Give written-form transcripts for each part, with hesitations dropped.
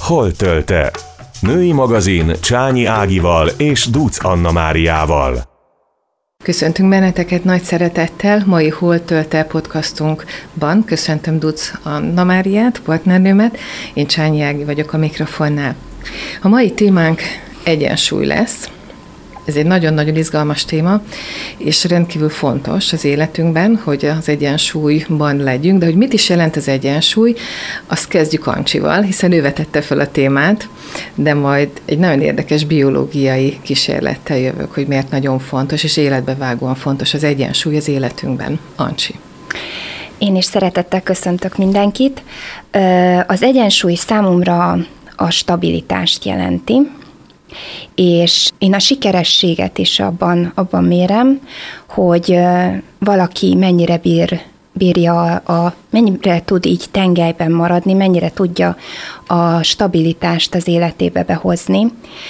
Hol tölte? Női magazin Csányi Ágival és Duc Anna Máriával. Köszöntünk benneteket nagy szeretettel mai Hol tölte podcastunkban. Köszöntöm Duc Anna Máriát, partnernőmet, én Csányi Ági vagyok a mikrofonnál. A mai témánk egyensúly lesz. Ez egy nagyon-nagyon izgalmas téma, és rendkívül fontos az életünkben, hogy az egyensúlyban legyünk, de hogy mit is jelent az egyensúly, azt kezdjük Ancsival, hiszen ő vetette fel a témát, de majd egy nagyon érdekes biológiai kísérlettel jövök, hogy miért nagyon fontos, és életbevágóan fontos az egyensúly az életünkben. Ancsi. Én is szeretettel köszöntök mindenkit. Az egyensúly számomra a stabilitást jelenti, és én a sikerességet is abban mérem, hogy valaki mennyire bírja, mennyire tud így tengelyben maradni, mennyire tudja a stabilitást az életébe behozni.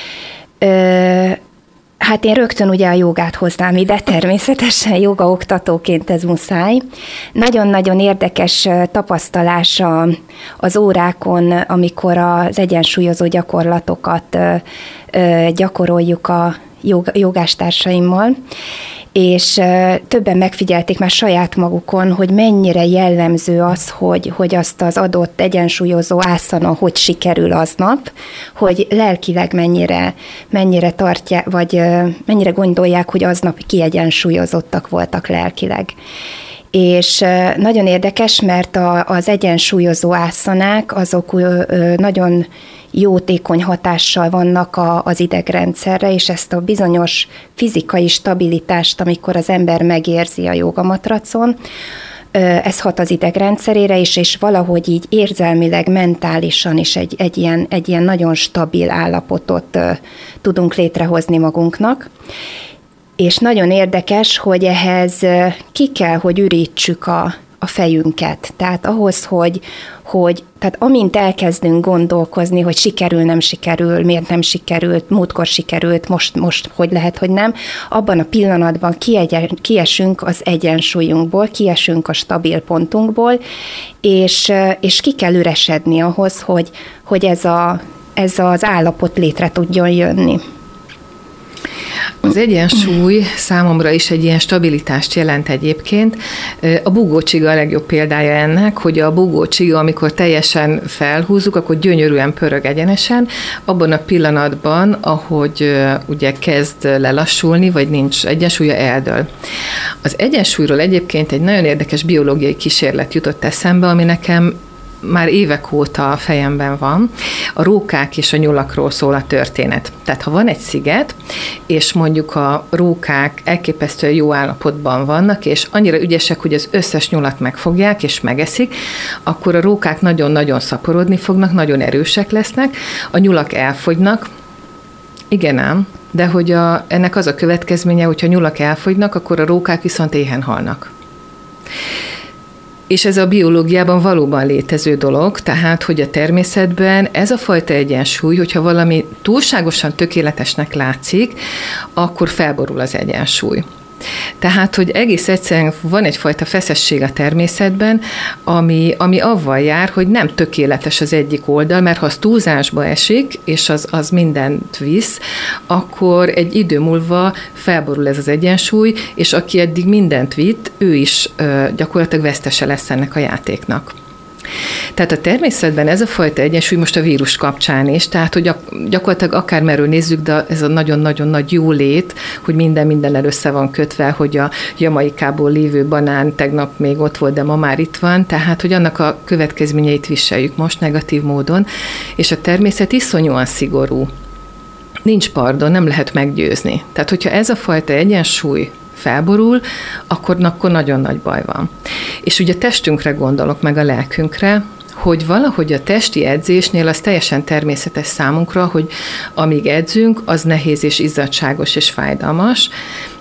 Hát én rögtön ugye a jogát hoznám ide, természetesen jogaoktatóként ez muszáj. Nagyon-nagyon érdekes tapasztalás az órákon, amikor az egyensúlyozó gyakorlatokat gyakoroljuk a jogástársaimmal, és többen megfigyelték már saját magukon, hogy mennyire jellemző az, hogy azt az adott egyensúlyozó ászana, hogy sikerül aznap, hogy lelkileg mennyire tartják, vagy mennyire gondolják, hogy aznap kiegyensúlyozottak voltak lelkileg. És nagyon érdekes, mert az egyensúlyozó ászanák azok nagyon jótékony hatással vannak az idegrendszerre, és ezt a bizonyos fizikai stabilitást, amikor az ember megérzi a jogamatracon, ez hat az idegrendszerére is, és valahogy így érzelmileg, mentálisan is egy ilyen nagyon stabil állapotot tudunk létrehozni magunknak. És nagyon érdekes, hogy ehhez ki kell, hogy ürítsük a fejünket. Tehát ahhoz, hogy tehát amint elkezdünk gondolkozni, hogy sikerül, nem sikerül, miért nem sikerült, múltkor sikerült, most hogy lehet, hogy nem, abban a pillanatban kiesünk az egyensúlyunkból, kiesünk a stabil pontunkból, és ki kell üresedni ahhoz, hogy ez az állapot létre tudjon jönni. Az egyensúly számomra is egy ilyen stabilitást jelent egyébként. A bugócsiga a legjobb példája ennek, hogy a bugócsiga, amikor teljesen felhúzzuk, akkor gyönyörűen pörög egyenesen, abban a pillanatban, ahogy ugye kezd lelassulni, vagy nincs egyensúlya, eldől. Az egyensúlyról egyébként egy nagyon érdekes biológiai kísérlet jutott eszembe, ami nekem már évek óta a fejemben van. A rókák és a nyulakról szól a történet. Tehát ha van egy sziget, és mondjuk a rókák elképesztően jó állapotban vannak, és annyira ügyesek, hogy az összes nyulat megfogják és megeszik, akkor a rókák nagyon-nagyon szaporodni fognak, nagyon erősek lesznek, a nyulak elfogynak, igen ám, de hogy ennek az a következménye, hogyha a nyulak elfogynak, akkor a rókák viszont éhen halnak. És ez a biológiában valóban létező dolog, tehát, hogy a természetben ez a fajta egyensúly, hogyha valami túlságosan tökéletesnek látszik, akkor felborul az egyensúly. Tehát, hogy egész egyszerűen van egyfajta feszesség a természetben, ami avval jár, hogy nem tökéletes az egyik oldal, mert ha az túlzásba esik, és az mindent visz, akkor egy idő múlva felborul ez az egyensúly, és aki eddig mindent vitt, ő is gyakorlatilag vesztese lesz ennek a játéknak. Tehát a természetben ez a fajta egyensúly most a vírus kapcsán is, tehát hogy gyakorlatilag akármerről nézzük, de ez a nagyon-nagyon nagy jólét, hogy mindennel össze van kötve, hogy a Jamaikából lévő banán tegnap még ott volt, de ma már itt van, tehát hogy annak a következményeit viseljük most negatív módon, és a természet iszonyúan szigorú. Nincs pardon, nem lehet meggyőzni. Tehát hogyha ez a fajta egyensúly felborul, akkor nagyon nagy baj van. És ugye a testünkre gondolok, meg a lelkünkre, hogy valahogy a testi edzésnél az teljesen természetes számunkra, hogy amíg edzünk, az nehéz és izzadságos és fájdalmas,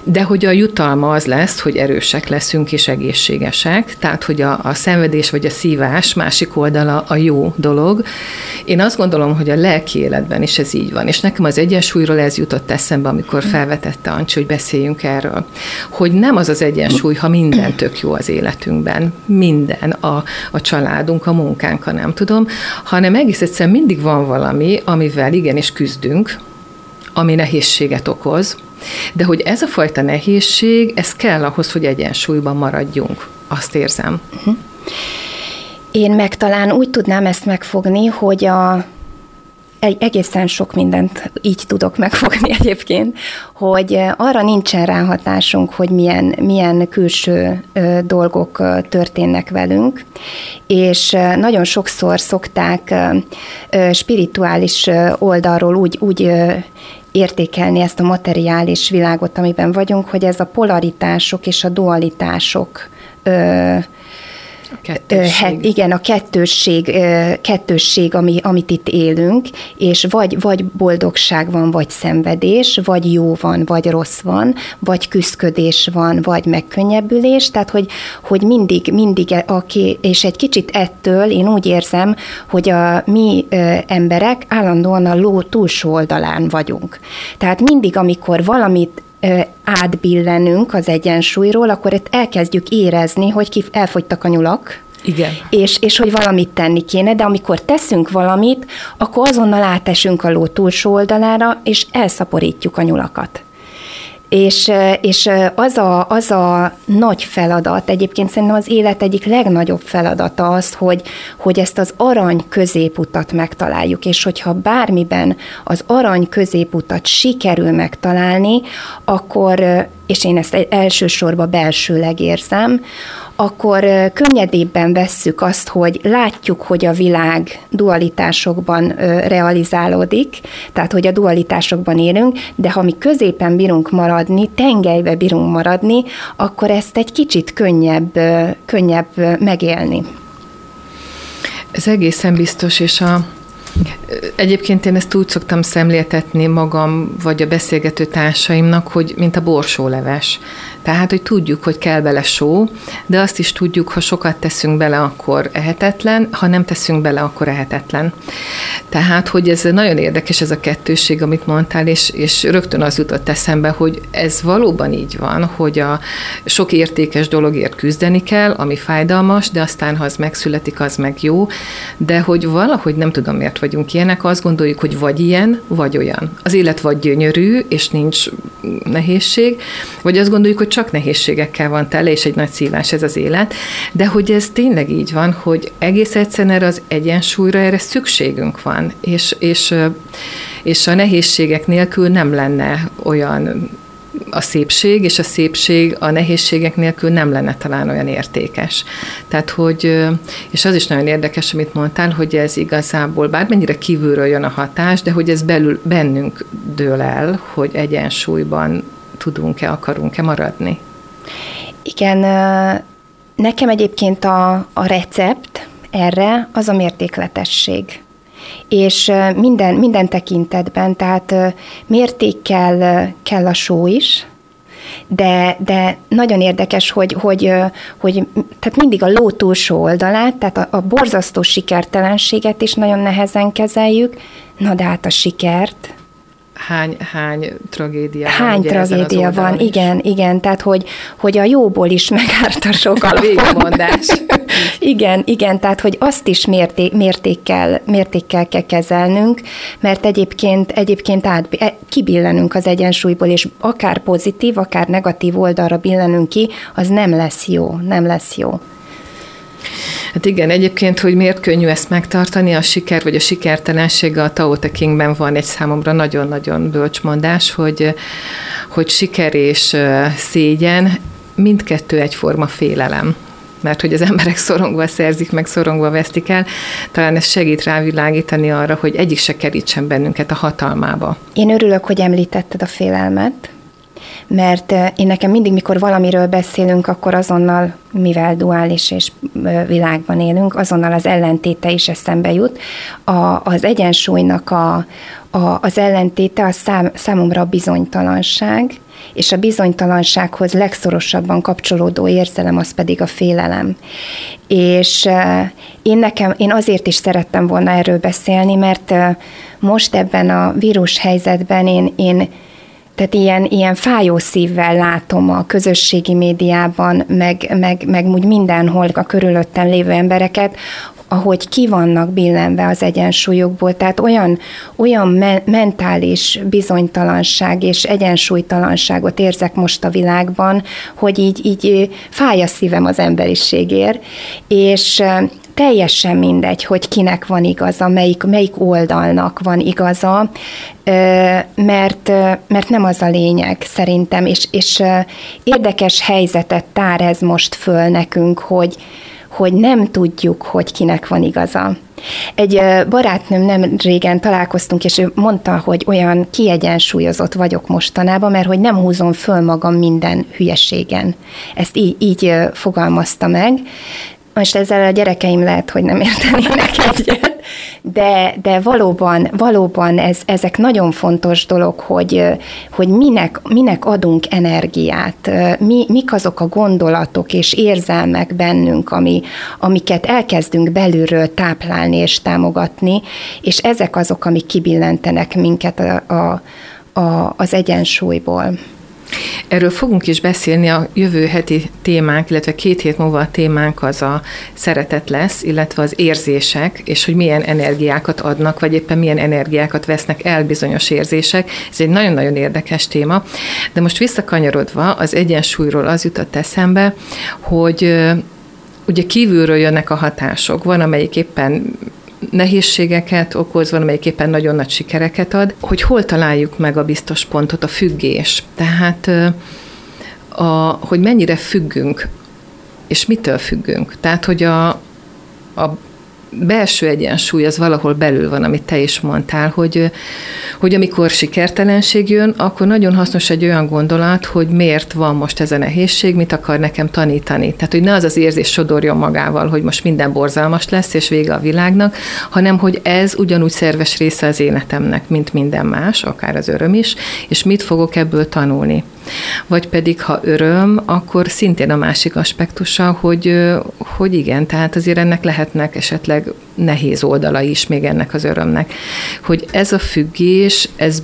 de hogy a jutalma az lesz, hogy erősek leszünk és egészségesek, tehát hogy a szenvedés vagy a szívás másik oldala a jó dolog. Én azt gondolom, hogy a lelki életben is ez így van, és nekem az egyensúlyról ez jutott eszembe, amikor felvetette Ancsi, hogy beszéljünk erről, hogy nem az az egyensúly, ha minden tök jó az életünkben, minden, a családunk, a munkánk, nem tudom, hanem egész egyszerűen mindig van valami, amivel igenis küzdünk, ami nehézséget okoz, de hogy ez a fajta nehézség, ez kell ahhoz, hogy egyensúlyban maradjunk. Azt érzem. Én meg talán úgy tudnám ezt megfogni, hogy egészen sok mindent így tudok megfogni egyébként, hogy arra nincsen ráhatásunk, hogy milyen külső dolgok történnek velünk, és nagyon sokszor szokták spirituális oldalról úgy értékelni ezt a materiális világot, amiben vagyunk, hogy ez a polaritások és a dualitások igen, a kettősség, amit itt élünk, és vagy boldogság van, vagy szenvedés, vagy jó van, vagy rossz van, vagy küszködés van, vagy megkönnyebbülés, tehát hogy mindig és egy kicsit ettől én úgy érzem, hogy a mi emberek állandóan a ló túlsó oldalán vagyunk. Tehát mindig, amikor valamit átbillenünk az egyensúlyról, akkor itt elkezdjük érezni, hogy elfogytak a nyulak, igen. És hogy valamit tenni kéne, de amikor teszünk valamit, akkor azonnal átesünk a ló túlsó oldalára, és elszaporítjuk a nyulakat. És az a nagy feladat, egyébként szerintem az élet egyik legnagyobb feladata az, hogy ezt az arany középutat megtaláljuk, és hogyha bármiben az arany középutat sikerül megtalálni, akkor, és én ezt elsősorban belsőleg érzem, akkor könnyedébben vesszük azt, hogy látjuk, hogy a világ dualitásokban realizálódik, tehát hogy a dualitásokban élünk, de ha mi középen bírunk maradni, tengelybe bírunk maradni, akkor ezt egy kicsit könnyebb megélni. Ez egészen biztos, és egyébként én ezt úgy szoktam szemléltetni magam, vagy a beszélgető társaimnak, hogy mint a borsóleves. Tehát, hogy tudjuk, hogy kell bele só, de azt is tudjuk, ha sokat teszünk bele, akkor ehetetlen, ha nem teszünk bele, akkor ehetetlen. Tehát, hogy ez nagyon érdekes ez a kettősség, amit mondtál, és rögtön az jutott eszembe, hogy ez valóban így van, hogy a sok értékes dologért küzdeni kell, ami fájdalmas, de aztán, ha az megszületik, az meg jó, de hogy valahogy nem tudom, miért vagyunk ilyenek, azt gondoljuk, hogy vagy ilyen, vagy olyan. Az élet vagy gyönyörű, és nincs nehézség, vagy azt gondoljuk, hogy csak nehézségekkel van tele, és egy nagy szívás ez az élet, de hogy ez tényleg így van, hogy egész egyszerűen erre az egyensúlyra, erre szükségünk van, és a nehézségek nélkül nem lenne olyan a szépség, és a szépség a nehézségek nélkül nem lenne talán olyan értékes. Tehát, hogy, és az is nagyon érdekes, amit mondtál, hogy ez igazából bármennyire kívülről jön a hatás, de hogy ez belül bennünk dől el, hogy egyensúlyban tudunk-e, akarunk-e maradni. Igen, nekem egyébként a recept erre az a mértékletesség. És minden tekintetben, tehát mértékkel kell a só is, de nagyon érdekes, hogy tehát mindig a ló túlsó oldalát, tehát a borzasztó sikertelenséget is nagyon nehezen kezeljük, na de hát a sikert. Hány tragédia van. Hány tragédia van, igen, tehát hogy a jóból is megárt a sok a végmondás. Igen, tehát hogy azt is mértékkel kell kezelnünk, mert egyébként kibillenünk az egyensúlyból, és akár pozitív, akár negatív oldalra billenünk ki, az nem lesz jó. Hát igen, egyébként, hogy miért könnyű ezt megtartani, a siker vagy a sikertelenség, a Tao Te Chingben van egy számomra nagyon-nagyon bölcsmondás, hogy siker és szégyen mindkettő egyforma félelem. Mert hogy az emberek szorongva szerzik meg, szorongva vesztik el, talán ez segít rávilágítani arra, hogy egyik se kerítsen bennünket a hatalmába. Én örülök, hogy említetted a félelmet, mert én nekem mindig, mikor valamiről beszélünk, akkor azonnal, mivel duális és világban élünk, azonnal az ellentéte is eszembe jut. Az egyensúlynak az ellentéte a számomra a bizonytalanság, és a bizonytalansághoz legszorosabban kapcsolódó érzelem az pedig a félelem. És én azért is szerettem volna erről beszélni, mert most ebben a vírus helyzetben én tehát ilyen fájó szívvel látom a közösségi médiában, meg úgy mindenhol a körülöttem lévő embereket, ahogy ki vannak billenve az egyensúlyokból, tehát olyan mentális bizonytalanság és egyensúlytalanságot érzek most a világban, hogy így fáj a szívem az emberiségért, és teljesen mindegy, hogy kinek van igaza, melyik oldalnak van igaza, mert nem az a lényeg szerintem, és érdekes helyzetet tár ez most föl nekünk, hogy nem tudjuk, hogy kinek van igaza. Egy barátnőm nem régen találkoztunk, és ő mondta, hogy olyan kiegyensúlyozott vagyok mostanában, mert hogy nem húzom föl magam minden hülyeségen. Ezt így fogalmazta meg. Most ezzel a gyerekeim lehet, hogy nem értenének egyet, de valóban ezek nagyon fontos dolog, hogy minek adunk energiát, mik azok a gondolatok és érzelmek bennünk, amiket elkezdünk belülről táplálni és támogatni, és ezek azok, amik kibillentenek minket az egyensúlyból. Erről fogunk is beszélni, a jövő heti témánk, illetve 2 hét múlva a témánk az a szeretet lesz, illetve az érzések, és hogy milyen energiákat adnak, vagy éppen milyen energiákat vesznek el bizonyos érzések. Ez egy nagyon-nagyon érdekes téma, de most visszakanyarodva az egyensúlyról az jutott eszembe, hogy ugye kívülről jönnek a hatások, van amelyik éppen nehézségeket okoz, van, amelyik éppen nagyon nagy sikereket ad, hogy hol találjuk meg a biztos pontot, a függés. Tehát, hogy mennyire függünk, és mitől függünk. Tehát, hogy a belső egyensúly az valahol belül van, amit te is mondtál, hogy amikor sikertelenség jön, akkor nagyon hasznos egy olyan gondolat, hogy miért van most ez a nehézség, mit akar nekem tanítani. Tehát, hogy ne az az érzés sodorjon magával, hogy most minden borzalmas lesz, és vége a világnak, hanem, hogy ez ugyanúgy szerves része az életemnek, mint minden más, akár az öröm is, és mit fogok ebből tanulni. Vagy pedig, ha öröm, akkor szintén a másik aspektusa, hogy igen, tehát azért ennek lehetnek esetleg nehéz oldala is még ennek az örömnek. Hogy ez a függés, ez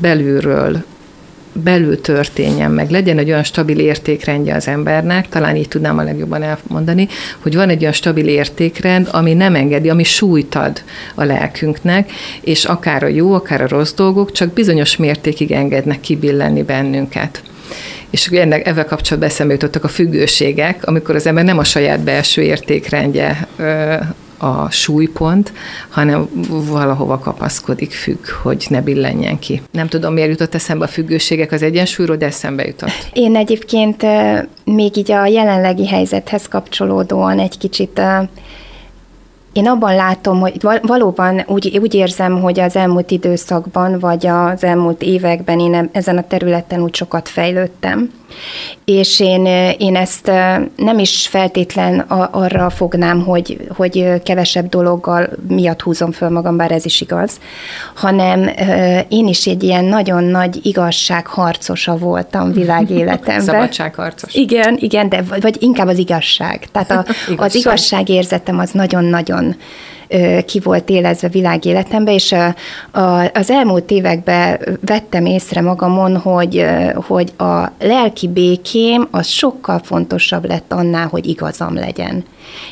belül történjen meg, legyen egy olyan stabil értékrendje az embernek, talán így tudnám a legjobban elmondani, hogy van egy olyan stabil értékrend, ami nem engedi, ami súlyt ad a lelkünknek, és akár a jó, akár a rossz dolgok, csak bizonyos mértékig engednek kibillenni bennünket. És ezzel kapcsolatban eszembe jutottak a függőségek, amikor az ember nem a saját belső értékrendje a súlypont, hanem valahova kapaszkodik, függ, hogy ne billenjen ki. Nem tudom, miért jutott eszembe a függőségek az egyensúlyról, de eszembe jutott. Én egyébként még így a jelenlegi helyzethez kapcsolódóan egy kicsit én abban látom, hogy valóban úgy érzem, hogy az elmúlt időszakban, vagy az elmúlt években én ezen a területen úgy sokat fejlődtem. És én ezt nem is feltétlen arra fognám, hogy kevesebb dologgal miatt húzom föl magam, bár ez is igaz, hanem én is egy ilyen nagyon nagy igazságharcosa voltam világéletemben. Szabadságharcos. Igen, de vagy inkább az igazság. Tehát az igazságérzetem az nagyon-nagyon ki volt élezve világéletembe, és az elmúlt években vettem észre magamon, hogy a lelki békém az sokkal fontosabb lett annál, hogy igazam legyen.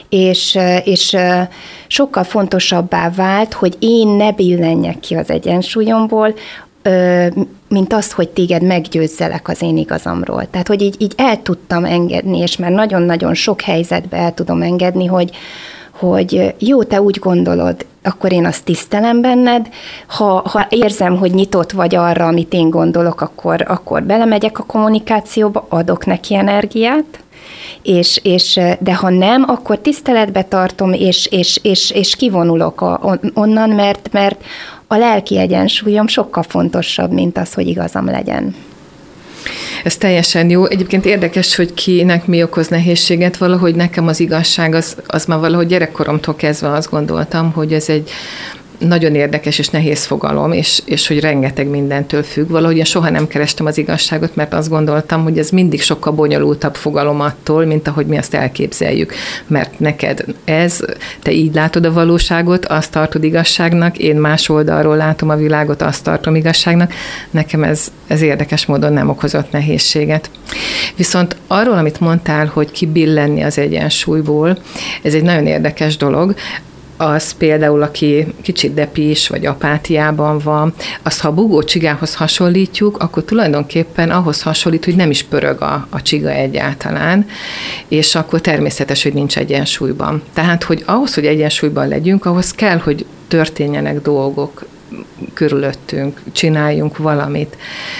És sokkal fontosabbá vált, hogy én ne billenjek ki az egyensúlyomból, mint az, hogy téged meggyőzzelek az én igazamról. Tehát, hogy így el tudtam engedni, és már nagyon-nagyon sok helyzetben el tudom engedni, hogy jó, te úgy gondolod, akkor én azt tisztelem benned, ha érzem, hogy nyitott vagy arra, amit én gondolok, akkor belemegyek a kommunikációba, adok neki energiát, de ha nem, akkor tiszteletbe tartom, és kivonulok onnan, mert a lelki egyensúlyom sokkal fontosabb, mint az, hogy igazam legyen. Ez teljesen jó. Egyébként érdekes, hogy kinek mi okoz nehézséget. Valahogy nekem az igazság, az már valahogy gyerekkoromtól kezdve azt gondoltam, hogy ez egy nagyon érdekes és nehéz fogalom, és hogy rengeteg mindentől függ. Valahogy én soha nem kerestem az igazságot, mert azt gondoltam, hogy ez mindig sokkal bonyolultabb fogalom attól, mint ahogy mi azt elképzeljük. Mert neked te így látod a valóságot, azt tartod igazságnak, én más oldalról látom a világot, azt tartom igazságnak. Nekem ez érdekes módon nem okozott nehézséget. Viszont arról, amit mondtál, hogy kibillenni az egyensúlyból, ez egy nagyon érdekes dolog. Az például, aki kicsit depis vagy apátiában van, azt ha a bugó csigához hasonlítjuk, akkor tulajdonképpen ahhoz hasonlít, hogy nem is pörög a csiga egyáltalán, és akkor természetes, hogy nincs egyensúlyban. Tehát, hogy ahhoz, hogy egyensúlyban legyünk, ahhoz kell, hogy történjenek dolgok körülöttünk, csináljunk valamit.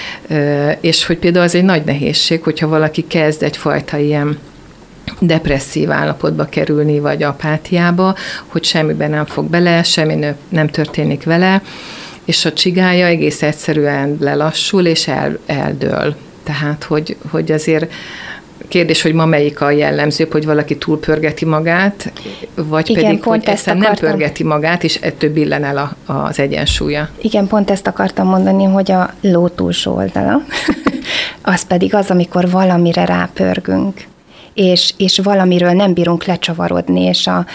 És hogy például az egy nagy nehézség, hogyha valaki kezd egyfajta ilyen depresszív állapotba kerülni, vagy apátiába, hogy semmiben nem fog bele, semmi nem történik vele, és a csigája egész egyszerűen lelassul, és eldől. Tehát, hogy azért kérdés, hogy ma melyik a jellemzőbb, hogy valaki túlpörgeti magát, vagy igen, pedig, hogy egyszerűen nem pörgeti magát, és ettől billen el az egyensúlya. Igen, pont ezt akartam mondani, hogy a ló túlsó oldala, az pedig az, amikor valamire rápörgünk. És valamiről nem bírunk lecsavarodni,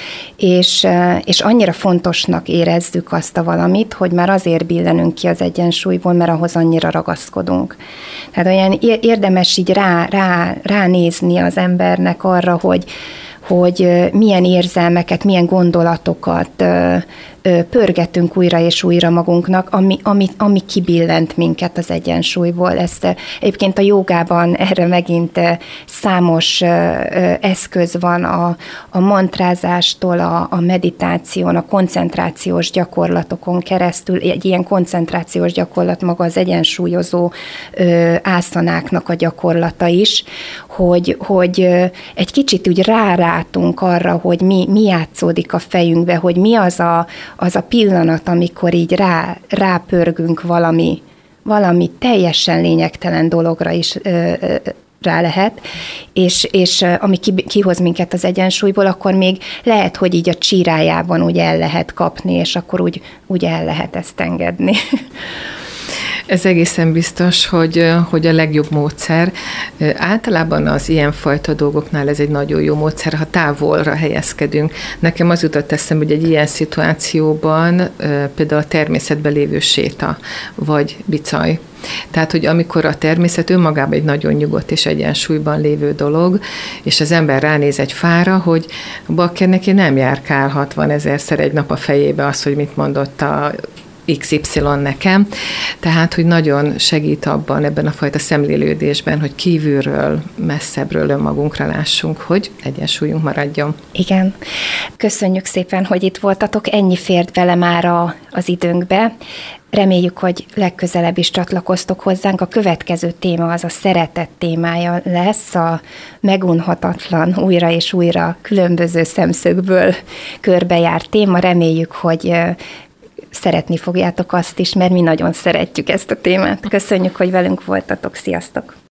és annyira fontosnak érezzük azt a valamit, hogy már azért billenünk ki az egyensúlyból, mert ahhoz annyira ragaszkodunk. Tehát olyan érdemes így ránézni az embernek arra, hogy milyen érzelmeket, milyen gondolatokat pörgetünk újra és újra magunknak, ami kibillent minket az egyensúlyból. Ezt egyébként a jogában erre megint számos eszköz van, a mantrázástól, a meditáción, a koncentrációs gyakorlatokon keresztül. Egy ilyen koncentrációs gyakorlat maga az egyensúlyozó ászanáknak a gyakorlata is, hogy egy kicsit úgy rárátunk arra, hogy mi játszódik a fejünkbe, hogy mi az a pillanat, amikor így rápörgünk valami teljesen lényegtelen dologra is rá lehet, és ami kihoz minket az egyensúlyból, akkor még lehet, hogy így a csírájában úgy el lehet kapni, és akkor úgy el lehet ezt engedni. Ez egészen biztos, hogy a legjobb módszer. Általában az ilyenfajta dolgoknál ez egy nagyon jó módszer, ha távolra helyezkedünk. Nekem az jutott eszembe, hogy egy ilyen szituációban például a természetben lévő séta, vagy bicaj. Tehát, hogy amikor a természet önmagában egy nagyon nyugodt és egyensúlyban lévő dolog, és az ember ránéz egy fára, hogy bakker neki nem járkál 60 000-szer egy nap a fejébe az, hogy mit mondott a XY nekem, tehát, hogy nagyon segít ebben a fajta szemlélődésben, hogy kívülről, messzebbről önmagunkra lássunk, hogy egyensúlyunk maradjon. Igen. Köszönjük szépen, hogy itt voltatok, ennyi fért bele már az időnkbe. Reméljük, hogy legközelebb is csatlakoztok hozzánk. A következő téma az a szeretet témája lesz, a megunhatatlan, újra és újra különböző szemszögből körbejárt téma. Reméljük, hogy szeretni fogjátok azt is, mert mi nagyon szeretjük ezt a témát. Köszönjük, hogy velünk voltatok. Sziasztok!